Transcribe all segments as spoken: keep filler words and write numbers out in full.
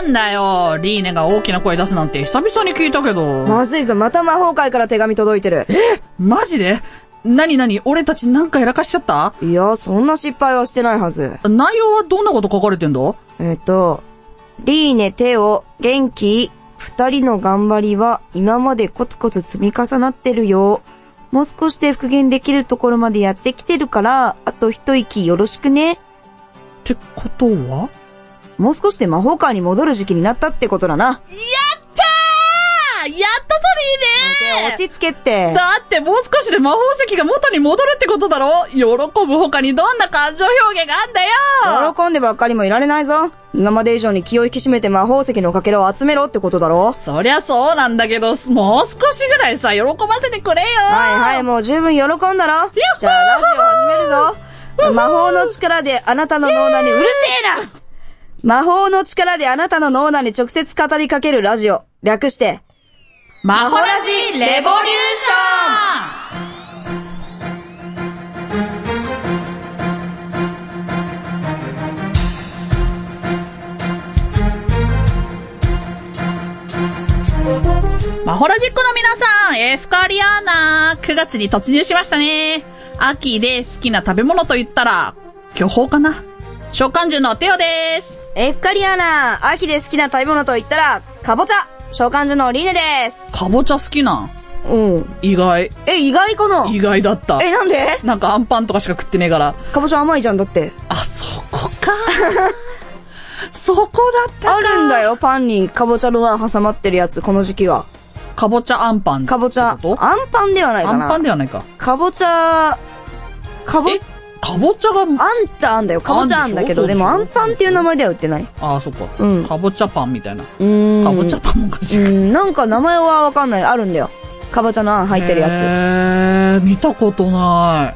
なんだよ。リーネが大きな声出すなんて久々に聞いたけど。 まずいぞ、また魔法界から手紙届いてる。 え？マジで？なになに？俺たちなんかやらかしちゃった？ いや、そんな失敗はしてないはず。 内容はどんなこと書かれてんだ？ えっと、リーネ、テオ、元気、二人の頑張りは今までコツコツ積み重なってるよ。もう少しで復元できるところまでやってきてるから、あと一息よろしくね。 ってことは？ もう少しで魔法界に戻る時期になったってことだな。 やったー！やったぞリーネー！ 落ち着けって。 だってもう少しで魔法石が元に戻るってことだろ？喜ぶ他にどんな感情表現があんだよ！ 喜んでばっかりもいられないぞ。今まで以上に気を引き締めて魔法石のかけらを集めろってことだろ？ そりゃそうなんだけど、もう少しぐらいさ、喜ばせてくれよ！ はいはい、もう十分喜んだろ？じゃあラジオ始めるぞ。魔法の力であなたの脳内に、うるせえな！魔法の力であなたの脳内に直接語りかけるラジオ。略して、 魔法ラジレボリューション。マホラジックの皆さん、エフカリアーナ、くがつに突入しましたね。秋で好きな食べ物と言ったら、巨峰かな。召喚獣のテオです。 エフカリアーナ、秋で好きな食べ物と言ったら、かぼちゃ。召喚獣のリーネです。 かぼちゃ好きなん？ うん。 意外。 え、意外かな？ 意外だった。 え、なんで？ なんかアンパンとかしか食ってねえから。 かぼちゃ甘いじゃんだって。 あ、そこか。そこだったか。 あるんだよ、パンにかぼちゃのあん挟まってるやつ、この時期は。 かぼちゃあんパン。 かぼちゃ、アンパンではないかな。 アンパンではないか。 かぼちゃ、かぼ、 え、かぼちゃが、あんちゃあんだよ。かぼちゃあんだけど、で, でもアンパンっていう名前では売ってない。 ああ、そっか。 うん。 かぼちゃパンみたいな。 うーん。 かぼちゃパンもおかしい。 うん、なんか名前はわかんない。あるんだよ。かぼちゃのあん入ってるやつ。 へー、見たことない。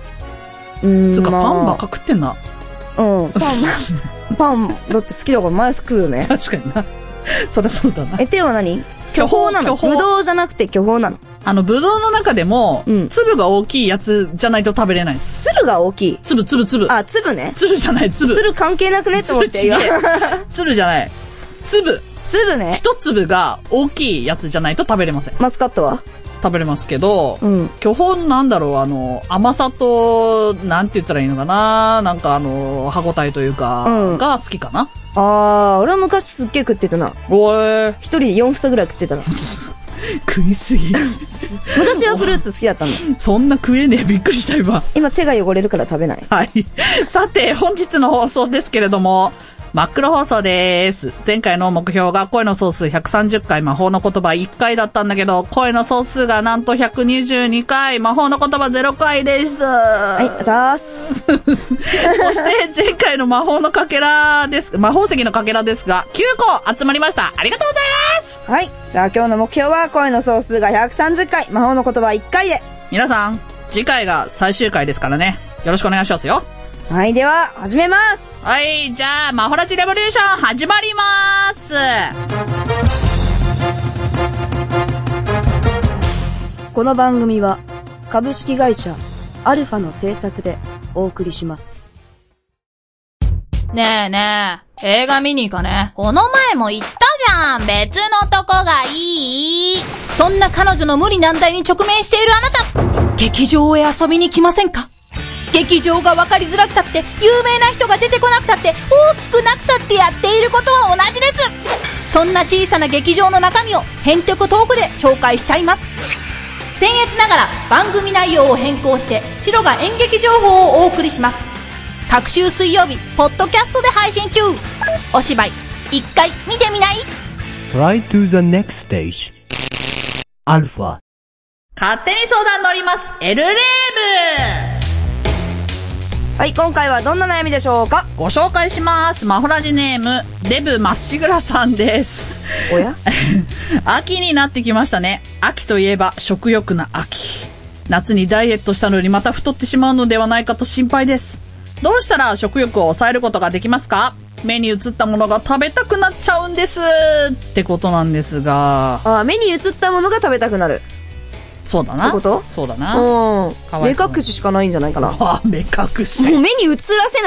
うーん。つうか、まあ、パンばっか食ってんな。 うん。パン、パン、だって好きだから前食うよね。 確かにな。そりゃそうだな。 え、手は何？巨峰なの？ぶどうじゃなくて巨峰なの？ あの、ぶどうの中でも、うん、粒が大きいやつじゃないと食べれないです。 粒が大きい？ 粒、粒、粒。 あ、粒ね。 粒じゃない、粒。 粒関係なくねって思って。 粒じゃない。粒。 粒ね。 一粒が大きいやつじゃないと食べれません。 マスカットは？ 食べれますけど、 うん、 巨峰なんだろう、あの、甘さと、なんて言ったらいいのかな、なんかあの、歯応えというか、うん、が好きかな。 あー、俺は昔すっげー食ってたな。 おー。 一人でよん房ぐらい食ってたな。 食いすぎ。 昔はフルーツ好きだったんだ。 そんな食えねえ、びっくりした今。 今手が汚れるから食べない。 はい。さて、本日の放送ですけれども、真っ黒放送です。前回の目標が声の総数ひゃくさんじゅっかい、魔法の言葉いっかいだったんだけど、声の総数がなんとひゃくにじゅうにかい、魔法の言葉ゼロかいでした。 はい、あざーす。そして前回の魔法のかけらです、魔法石のかけらですが、きゅうこ集まりました。ありがとうございます。 はい。じゃあ今日の目標は声の総数がひゃくさんじゅっかい、魔法の言葉いっかいで。 皆さん、次回が最終回ですからね。よろしくお願いしますよ。 はい、では、始めます。 はい、じゃあ、マホラジレボリューション始まりまーす。 この番組は、株式会社、アルファの制作でお送りします。 ねえねえ、映画見に行かね。この前も言ったじゃん。別のとこがいい。そんな彼女の無理難題に直面しているあなた、劇場へ遊びに来ませんか？劇場が分かりづらくたって、有名な人が出てこなくたって、大きくなくたってやっていることは同じです。そんな小さな劇場の中身を編曲トークで紹介しちゃいます。僭越ながら番組内容を変更して白が演劇情報をお送りします。各週水曜日ポッドキャストで配信中。お芝居一回見てみない？ Try to the next stage. アルファ。 勝手に相談乗ります。エルレーブ。 はい、今回はどんな悩みでしょうか？ ご紹介します。マホラジネームデブまっしぐらさんです。 おや秋になってきましたね。秋といえば食欲な秋。夏にダイエットしたのにまた太ってしまうのではないかと心配です。どうしたら食欲を抑えることができますか？目に映ったものが食べたくなっちゃうんですってことなんですが。 あ、目に映ったものが食べたくなる。 そうだな。 ってこと？ そうだな。 うん。目隠ししかないんじゃないかな。 あ、目隠し。 もう目に映らせない。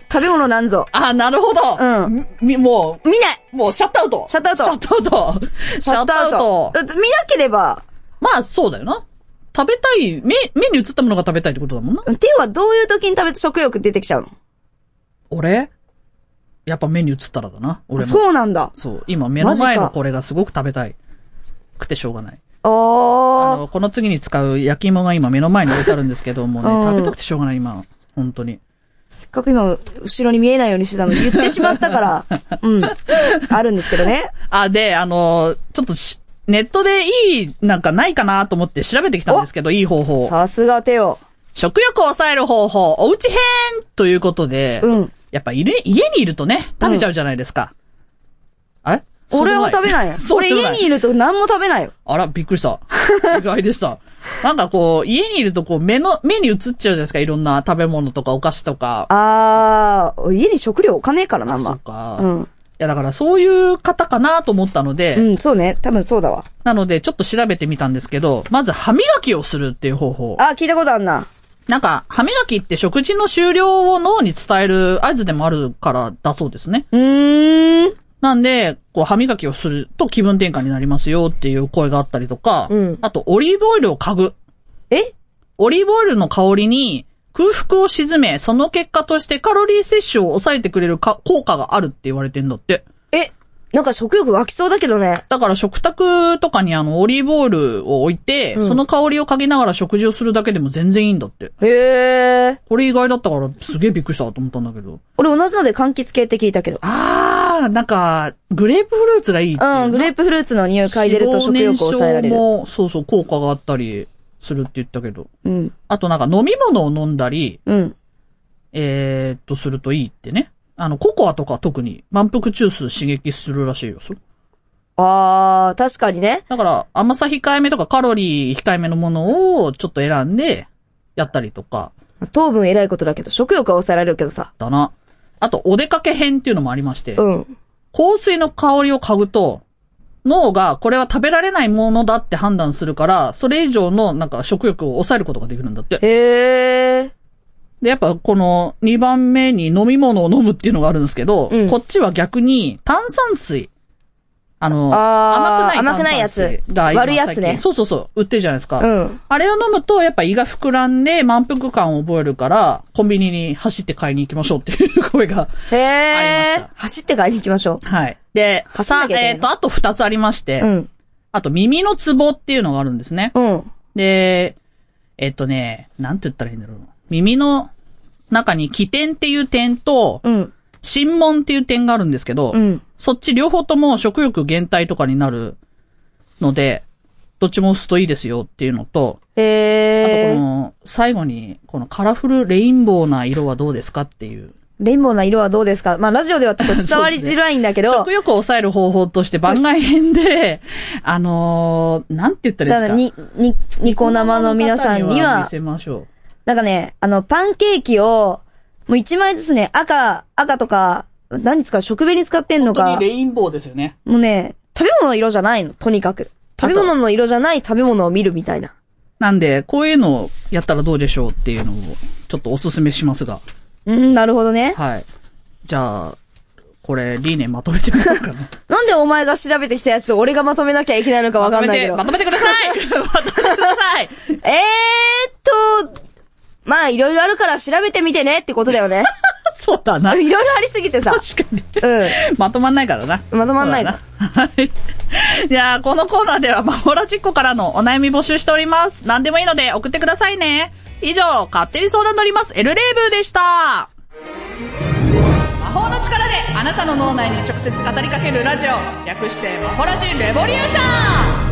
食べ物なんぞ。 あ、なるほど。 うん。 み、もう、見ないもうシャットアウト。 シャットアウト。 シャットアウト。 シャットアウト。だって見なければ。 まあ、そうだよな。食べたい、目、目に映ったものが食べたいってことだもんな。 手はどういう時に食べて食欲出てきちゃうの？ 俺やっぱ目に映ったらだな。俺も。 そうなんだ。 そう。今目の前のこれがすごく食べたい。くてしょうがない。 あー。 あの、この次に使う焼き芋が今目の前に置いてあるんですけどもね、 うん、 食べたくてしょうがない今。本当に。 せっかく今、後ろに見えないようにしてたの言ってしまったから、うん。あるんですけどね。 あ、で、あの、ちょっとし、ネットでいい、なんかないかなと思って調べてきたんですけど、いい方法。 さすがテオ。 食欲を抑える方法、おうち編ということで、 うん。 やっぱ家にいるとね、食べちゃうじゃないですか。うん、あれ俺は食べないよ。俺家にいると何も食べないよ。 あら、びっくりした。意外でした。なんかこう、家にいるとこう、目の、目に映っちゃうじゃないですか。いろんな食べ物とかお菓子とか。 あー、家に食料お金からな、まあ。 そうか。 うん。いや、だからそういう方かなと思ったので。 うん、そうね。多分そうだわ。 なので、ちょっと調べてみたんですけど、まず歯磨きをするっていう方法。 あ、聞いたことあるな。 なんか、歯磨きって食事の終了を脳に伝える合図でもあるからだそうですね。 うーん。 なんで、こう、歯磨きをすると気分転換になりますよっていう声があったりとか、 うん、 あと、オリーブオイルを嗅ぐ。 え？ オリーブオイルの香りに空腹を鎮め、その結果としてカロリー摂取を抑えてくれるか効果があるって言われてんだって。 え？なんか食欲湧きそうだけどね。 だから食卓とかにあの、オリーブオイルを置いて、うん、その香りを嗅ぎながら食事をするだけでも全然いいんだって。 へー。 これ意外だったからすげえびっくりしたと思ったんだけど。 俺同じので柑橘系って聞いたけど。 あー、なんか、グレープフルーツがいいっていう。 うん、グレープフルーツの匂い嗅いでると食欲を抑えられる。 脂肪燃焼も、そうそう、効果があったりするって言ったけど。 うん。あとなんか飲み物を飲んだり、 うん。 えーっと、するといいってね。あの、ココアとか特に満腹中枢刺激するらしいよ。 あー、確かにね。 だから、甘さ控えめとかカロリー控えめのものをちょっと選んで、やったりとか。 糖分偉いことだけど、食欲は抑えられるけどさ。 だな。あと、お出かけ編っていうのもありまして。 うん。 香水の香りを嗅ぐと、脳がこれは食べられないものだって判断するから、それ以上のなんか食欲を抑えることができるんだって。 へー。 で、やっぱこのにばんめに飲み物を飲むっていうのがあるんですけど、うん、こっちは逆に炭酸水。あの、 あ甘くない炭酸水が割るやつね。 そうそうそう、売ってるじゃないですか。 うん。 あれを飲むとやっぱ胃が膨らんで満腹感を覚えるから、コンビニに走って買いに行きましょうっていう声がありました。 へー。走って買いに行きましょう。 はい。で、さあ、えっと、あとふたつありまして、 うん。 あと耳のツボっていうのがあるんですね。 うん。 で、えっとね、なんて言ったらいいんだろう。耳の中に気点っていう点と、 うん。 心門っていう点があるんですけど、 うん。 そっち両方とも食欲減退とかになるので、どっちも押すといいですよっていうのと、 へー。 あとこの、最後に、このカラフルレインボーな色はどうですかっていう。 レインボーな色はどうですか？まあ、ラジオではちょっと伝わりづらいんだけど。 ね、食欲を抑える方法として番外編で、あのー、なんて言ったらいいですか？ じゃあ、に、に、ニコ生の皆さんには、 見せましょう。 なんかね、あの、パンケーキを、もう一枚ずつね、赤、赤とか、何使う？食紅に使ってんのか。 本当にレインボーですよね。 もうね、食べ物の色じゃないの、とにかく。食べ物の色じゃない食べ物を見るみたいな。 なんで、こういうのをやったらどうでしょうっていうのを、ちょっとおすすめしますが。 うん、なるほどね。 はい。じゃあ、これ、理念まとめてみようかな。 なんでお前が調べてきたやつを俺がまとめなきゃいけないのかわかんないけど。 まとめて、まとめてくださいまとめてくださいえーっと、まあ、いろいろあるから調べてみてねってことだよね。 そうだな。 いろいろありすぎてさ。 確かに。 うん。 まとまんないからな。 まとまんないな。 はい。じゃあ、このコーナーでは、まほらじっこからのお悩み募集しております。何でもいいので送ってくださいね。以上、勝手に相談乗ります。エルレイブでした。魔法の力であなたの脳内に直接語りかけるラジオ。略して、まほらじレボリューション。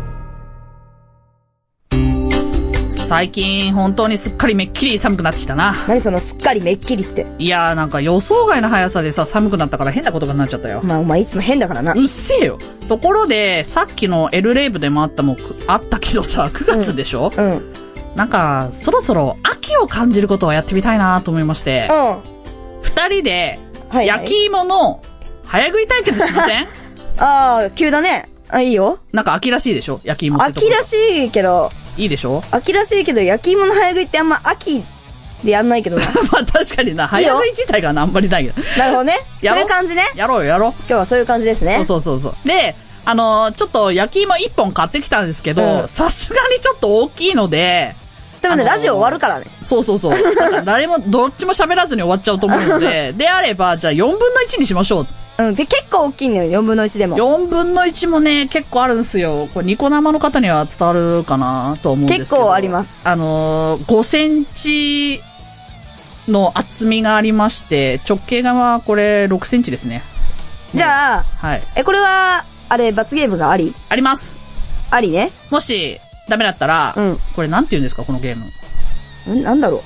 最近本当にすっかりめっきり寒くなってきたな。 何そのすっかりめっきりって。 いやーなんか予想外の速さでさ寒くなったから変なことになっちゃったよ。 まあお前いつも変だからな。 うっせえよ。ところでさっきのエルレイブでもあったもあったけどさくがつでしょ、 うん、うん。 なんかそろそろ秋を感じることをやってみたいなと思いまして。 うん。 二人ではいはい、 焼き芋の早食い対決しません？ ああ急だね。あいいよ。 なんか秋らしいでしょ焼き芋ってところ。 秋らしいけど。 いいでしょ？ 秋らしいけど焼き芋の早食いってあんま秋でやんないけどな。 まあ確かにな、早食い自体があんまりないけど。 なるほどね。 やろそういう感じね。 やろうよ、やろう。 今日はそういう感じですね。 そうそうそうそう。で、あのー、ちょっと焼き芋一本買ってきたんですけど、さすがにちょっと大きいので、 でもね、 あのー、 ラジオ終わるからね。 そうそうそう。だから誰も、どっちも喋らずに終わっちゃうと思うので、であれば、じゃあよんぶんのいちにしましょう。 うん。で、結構大きいのよ、よんぶんのいちでも。 よんぶんのいちもね、結構あるんですよ。これニコ生の方には伝わるかなと思うんですけど。 結構あります。 あのー、ごセンチの厚みがありまして、直径がこれろくセンチですね。 じゃあ、 はい。 え、これは、あれ、罰ゲームがありあります。 ありね。 もし、ダメだったら、うん、これなんて言うんですか、このゲーム。 ん、なんだろう。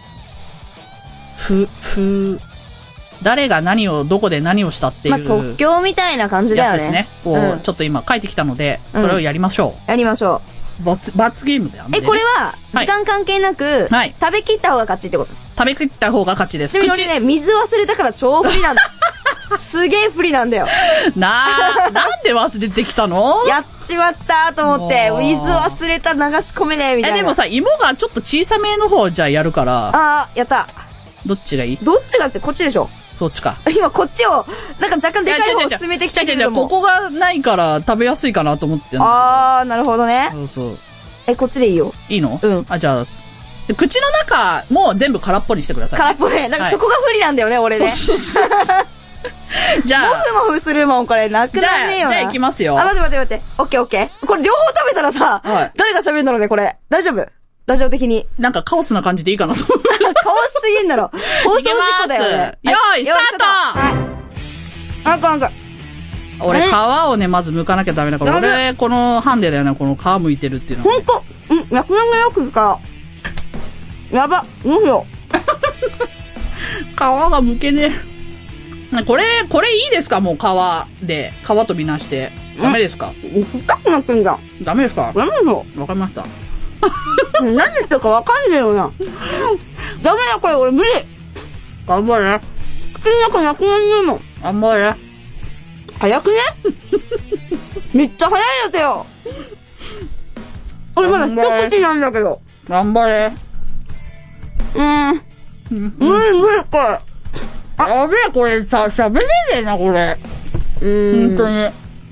ふ、ふ、誰が何を、どこで何をしたっていう。 まあ、即興みたいな感じだよね。 ですね。こう、うん、ちょっと今書いてきたので、それをやりましょう。 うん、やりましょう。罰、罰ゲームだよね。 え、これは、時間関係なく、はい、食べきった方が勝ちってこと？ 食べきった方が勝ちです。 ちなみに俺ね、水忘れたから超不利なんだ。すげえ不利なんだよ。 なー、なんで忘れてきたの？ やっちまったと思って、水忘れた流し込めねえみたいな。 え、でもさ、芋がちょっと小さめの方じゃあやるから。 あー、やった。 どっちがいい？ どっちがってこっちでしょ？ そっちか。 今こっちを、なんか若干でかい方を進めてきたけども。 ここがないから食べやすいかなと思ってんだ。 あー、なるほどね。 そうそう。 え、こっちでいいよ。 いいの？ うん。 あ、じゃあ、口の中も全部空っぽにしてください、ね。 空っぽね。なんかそこが不利なんだよね、はい、俺ね。そうそうそうじゃあ。もふもふするもん、これ、なくなねえよな。 じゃあ、じゃあ行きますよ。 あ、待って待って待って。オッケーオッケー。これ両方食べたらさ、はい、誰が喋るんだろうね、これ。大丈夫？ラジオ的に。 なんかカオスな感じでいいかなと思う。 カオスすぎんだろ。放送事故だよね。 よーい、スタート！ はい。なんかなんか。 俺、皮をね、まず剥かなきゃダメだから、俺、このハンデだよね、この皮剥いてるっていうのは、ね。 ほんと、うん、なくながよくか。やば、どうしよう。 皮が剥けねえ。これ、これいいですか？もう皮で、皮とみなして。ダメですか？ 深くなってんじゃん。 ダメですか？ ダメだよ。 わかりました。 何言ってるかわかんねえよな。ダメだ、これ俺無理。 頑張れ。 口の中なくなるもん。 頑張れ。 早くねめっちゃ早いやつよ。俺まだ一口なんだけど。 頑張れ。 うーん。無理無理、これ。 あ、やべえ、これさ、喋れねえな、これ。 うーん。 ほんとに。う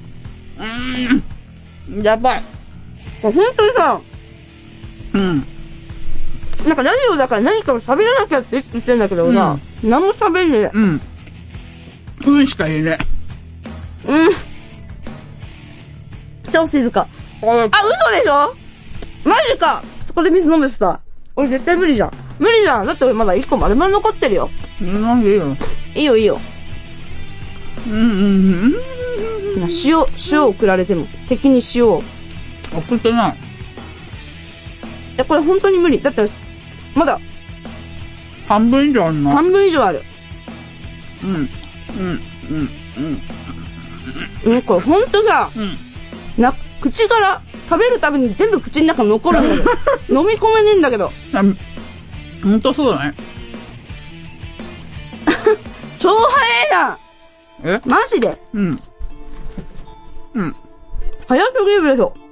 ーん。やばい。 ほんとにさ、 うん。 なんかラジオだから何かを喋らなきゃって意識してんだけどさ、うん、何も喋んねえ。 うん。うんしか言えねえ。うん。超静か。あ、嘘でしょ？マジか。そこで水飲むしさ。俺絶対無理じゃん。無理じゃん。だって俺まだ一個丸々残ってるよ。 なんでいいよ。 いいよいいよ。 うんうんうん。 塩、塩を送られても。敵に塩を。 送ってない。 いや、これ本当に無理。だって、まだ。 半分以上あるの？ 半分以上ある。 うん。うん。うん。うん。 うん。うん、これほんとさ、うん、な、口から食べるたびに全部口の中残るんだけど。飲み込めねえんだけど。 ほんとそうだね。 超早いな。 え？ マジで？ うん。うん。 早すぎるでしょ。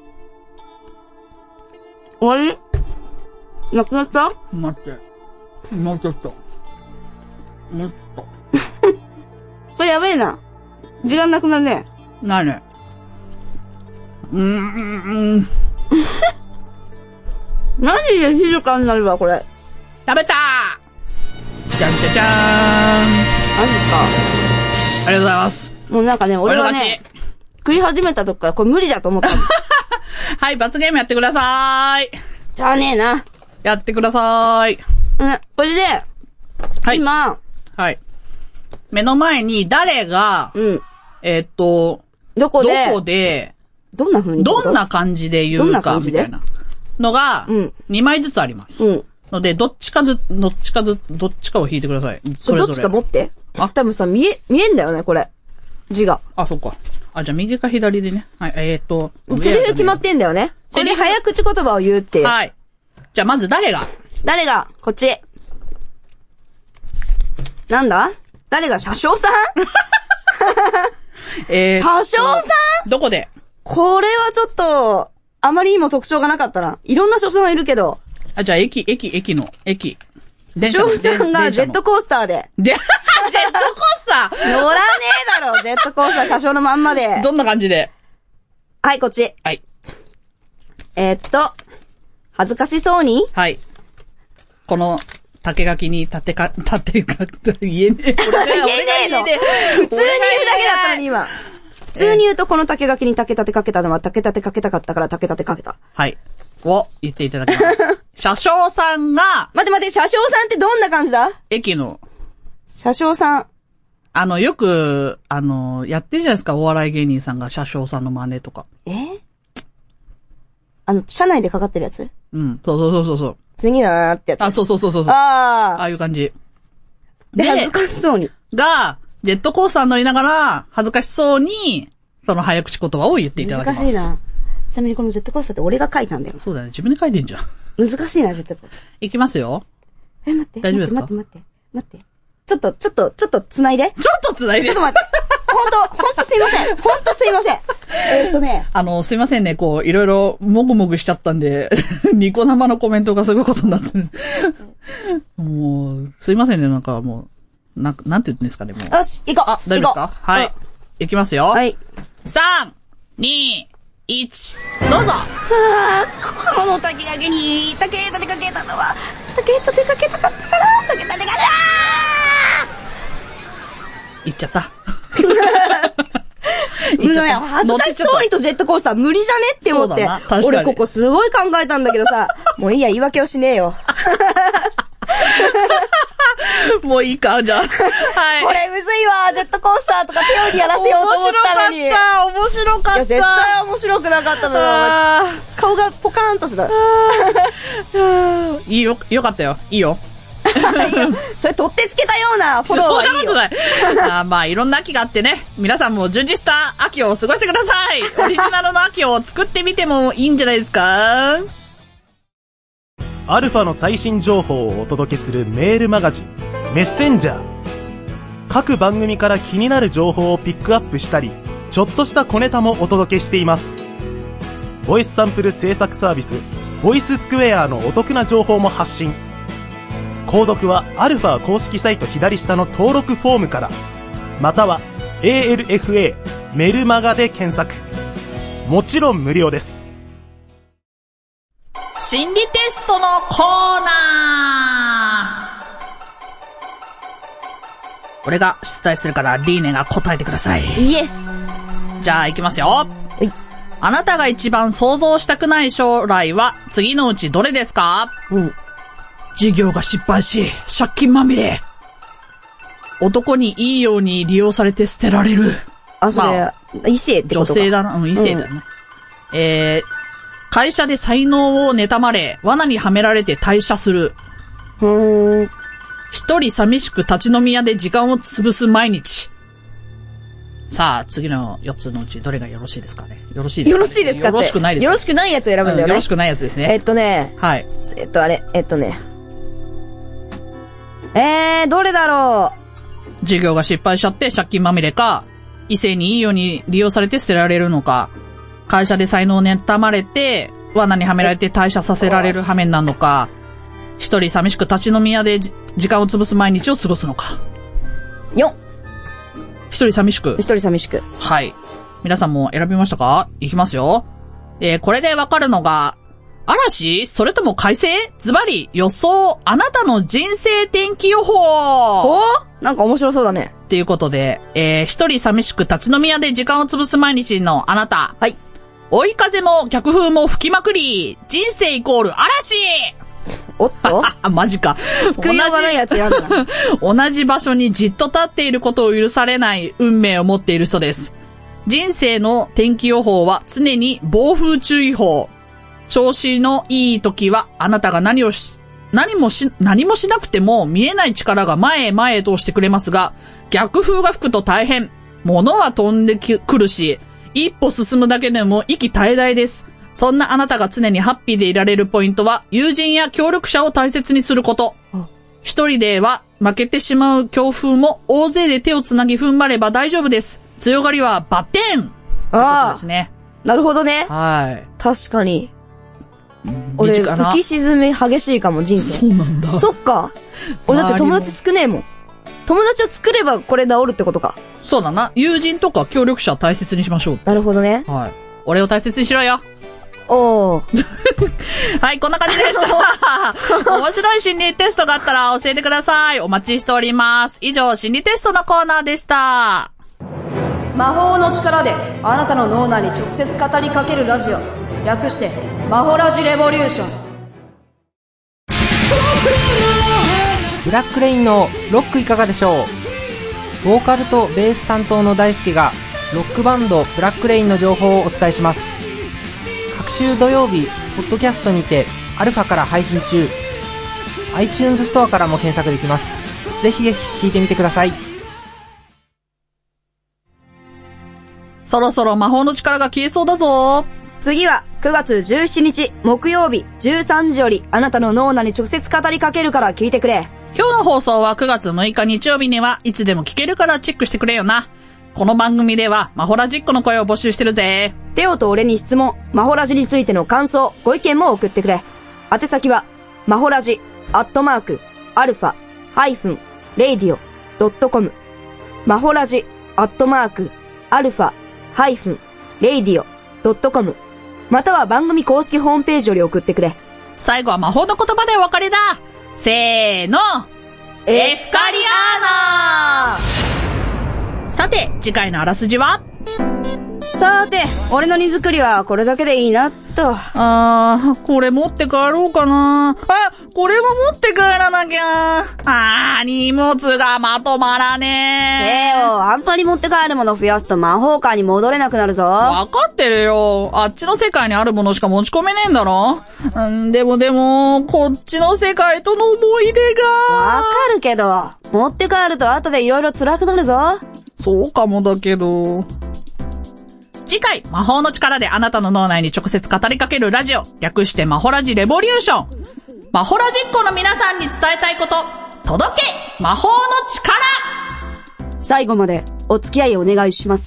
終わり？なくなった？ 待って。もうちょっと。もうちょっと。 これやべえな。時間なくなるね。 なる。うーん。 マジで静かになるわ、これ。 食べたー！じゃんじゃじゃーん。 マジか。 ありがとうございます。 もうなんかね、俺はね、食い始めた時からこれ無理だと思った。 はい、罰ゲームやってくださーい。 じゃあねえな。 やってくださーい。 うん、これで、はい、今、 はい。目の前に誰が、 うん。 えー、っと、 どこで、 どこで、 どんな風にどんな感じで言うか、みたいなのが、にまいずつあります。うん。ので、どっちかず、どっちかず、どっちかを引いてください。それぞれ。 どっちか持って。あ、多分さ、見え、見えんだよね、これ。字が。 あ、そっか。あ、じゃあ右か左でね。はい、えー、っと。 セリフ決まってんだよね。これで早口言葉を言うっていう。 はい。じゃあまず誰が誰がこっち。なんだ誰が車掌さんえー、 車掌さんどこでこれはちょっと、あまりにも特徴がなかったな。いろんな車掌さんがいるけど。 あ、じゃあ駅、駅、駅の、駅。 電翔さんがジェットコースターで。 で、ジェットコースター乗らねえだろ、ジェットコースター車掌のまんまで。 どんな感じで？ はい、こっち。 はい。 えー、っと、恥ずかしそうにはい。この、竹垣に立てか、立てか、言えねえ。これね、 言えねえの。普通に言うだけだったのに今。普通に言うとこの竹垣に竹立てかけたのは竹立てかけたかったから竹立てかけた。 はい。を言っていただきます。車掌さんが、 待って待って、車掌さんってどんな感じだ？ 駅の。 車掌さん。 あの、よく、あの、やってるじゃないですか、お笑い芸人さんが車掌さんの真似とか。 えあの、車内でかかってるやつ？ うん、そうそうそうそう。 次はーってやつ。 あ、そうそうそうそう。 ああ。 ああいう感じ。 で、恥ずかしそうに。 が、ジェットコースター乗りながら、恥ずかしそうに、その早口言葉を言っていただきます。 難しいな。ちなみにこのジェットコースターって俺が書いたんだよ。 そうだね、自分で書いてんじゃん。 難しいな、ジェットコースター。 いきますよ。 え、待って。 大丈夫ですか？ 待って待って、待って。ちょっと、ちょっと、ちょっと繋いで。 ちょっと繋いで。 ちょっと待って。ほんと、ほんとすいません。ほんとすいません。えーっとね。 あの、すいませんね、こう、いろいろ、もぐもぐしちゃったんで、ニコ生のコメントがすごいことになってる。もう、すいませんね、なんかもう、なん、なんて言うんですかね、もう。 よし、行こう。 あ、大丈夫ですか？はい。いきますよ。 はい。 さん、に、いち、どうぞ。 ああ、この竹垣に竹立てかけたのは、竹立てかけたかったから、竹立てかけたいっちゃった。 むずい、恥ずかしそうにとジェットコースター無理じゃねって思って。俺ここすごい考えたんだけどさ、もういいや、言い訳をしねえよ。 もういいか、じゃあ。はい。 これむずいわ、ジェットコースターとか手をやらせようと思ったのに。 面白かった、面白かった。いや、 絶対面白くなかったのよ。顔がポカーンとした。 いいよ、よかったよ。いいよ。 それ取ってつけたようなフォローはいいよ。 そんなことない。あまあいろんな秋があってね、皆さんも充実した秋を過ごしてください。オリジナルの秋を作ってみてもいいんじゃないですか。 アルファの最新情報をお届けするメールマガジンメッセンジャー。各番組から気になる情報をピックアップしたり、ちょっとした小ネタもお届けしています。ボイスサンプル制作サービスボイススクエアのお得な情報も発信。購読はアルファ公式サイト左下の登録フォームから、または エーエルエフエー メルマガで検索。もちろん無料です。 心理テストのコーナー。俺が出題するからリーネが答えてください。 イエス。 じゃあ行きますよ。はい。あなたが一番想像したくない将来は次のうちどれですか？うん。事業が失敗し、借金まみれ。男にいいように利用されて捨てられる。 あ、それ、まあ、異性ってことか。 女性だな。うん、異性だよね。うん、えー、会社で才能を妬まれ、罠にはめられて退社する。 ふーん。 一人寂しく立ち飲み屋で時間を潰す毎日。さあ、次のよっつのうちどれがよろしいですかね。よろしいですか、ね、 よろしいですかって。 よろしくないです。 よろしくないやつを選ぶんだよね、うん。 よろしくないやつですね。 えっとね。 はい。 えっと、あれ、えっとね。えー、どれだろう。授業が失敗しちゃって借金まみれか、異性にいいように利用されて捨てられるのか、会社で才能を妬まれて、罠にはめられて退社させられる羽目になるのか、一人寂しく立ち飲み屋で時間を潰す毎日を過ごすのか。 よっ。 一人寂しく。 一人寂しく。 はい。皆さんも選びましたか？いきますよ。えー、これでわかるのが、嵐？それとも快晴？ズバリ予想、あなたの人生天気予報。 お？なんか面白そうだね。 っていうことで、えー、一人寂しく立ち飲み屋で時間を潰す毎日のあなた。 はい。 追い風も逆風も吹きまくり、人生イコール嵐。 おっとマジか。 救いようがないやつやるな。 同じ場所にじっと立っていることを許されない運命を持っている人です。人生の天気予報は常に暴風注意報。調子のいい時はあなたが何をし、何もし、何もしなくても見えない力が前へ前へと押してくれますが、逆風が吹くと大変。物は飛んでくるし、一歩進むだけでも息絶え絶えです。そんなあなたが常にハッピーでいられるポイントは、友人や協力者を大切にすること。一人では負けてしまう強風も大勢で手をつなぎ踏ん張れば大丈夫です。強がりはバッテン。 ああ。 ですね。 なるほどね。 はい。 確かに。 俺、 理事かな浮き沈み激しいかも、人生。 そうなんだ。 そっか。俺だって友達少ねえもん。友達を作ればこれ治るってことか。 そうだな。友人とか協力者大切にしましょう。 なるほどね。 はい。俺を大切にしろよ。 おー。 はい、こんな感じです。面白い心理テストがあったら教えてください。お待ちしております。以上、心理テストのコーナーでした。 魔法の力であなたの脳内に直接語りかけるラジオ。略して、マホラジレボリューション。 ブラックレインのロックいかがでしょう。ボーカルとベース担当の大輔がロックバンドブラックレインの情報をお伝えします。各週土曜日ポッドキャストにてアルファから配信中。 iTunes ストアからも検索できます。ぜひぜひ聞いてみてください。 そろそろ魔法の力が消えそうだぞ。 次はくがつじゅうしちにち木曜日じゅうさんじよりあなたの脳内に直接語りかけるから聞いてくれ。 今日の放送はくがつむいか日曜日にはいつでも聞けるからチェックしてくれよな。この番組ではマホラジっ子の声を募集してるぜ。 テオと俺に質問、マホラジについての感想、ご意見も送ってくれ。宛先はマホラジアットマークアルファハイフンレイディオドットコム、マホラジアットマークアルファハイフンレイディオドットコム、または番組公式ホームページより送ってくれ。 最後は魔法の言葉でお別れだ。せーの、エフカリアーナ。さて、次回のあらすじは？ さーて、俺の荷造りはこれだけでいいな、と。 あー、これ持って帰ろうかな。あ、これも持って帰らなきゃ。あー、荷物がまとまらねええよ、あんまり持って帰るもの増やすと魔法界に戻れなくなるぞ。 わかってるよ。あっちの世界にあるものしか持ち込めねえんだろ。うん、でもでも、こっちの世界との思い出が。 わかるけど、持って帰ると後で色々辛くなるぞ。 そうかもだけど。次回、魔法の力であなたの脳内に直接語りかけるラジオ、略してマホラジレボリューション。マホラジっ子の皆さんに伝えたいこと、届け魔法の力。 最後までお付き合いお願いします。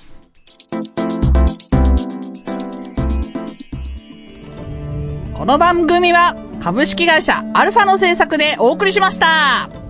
この番組は株式会社アルファの制作でお送りしました。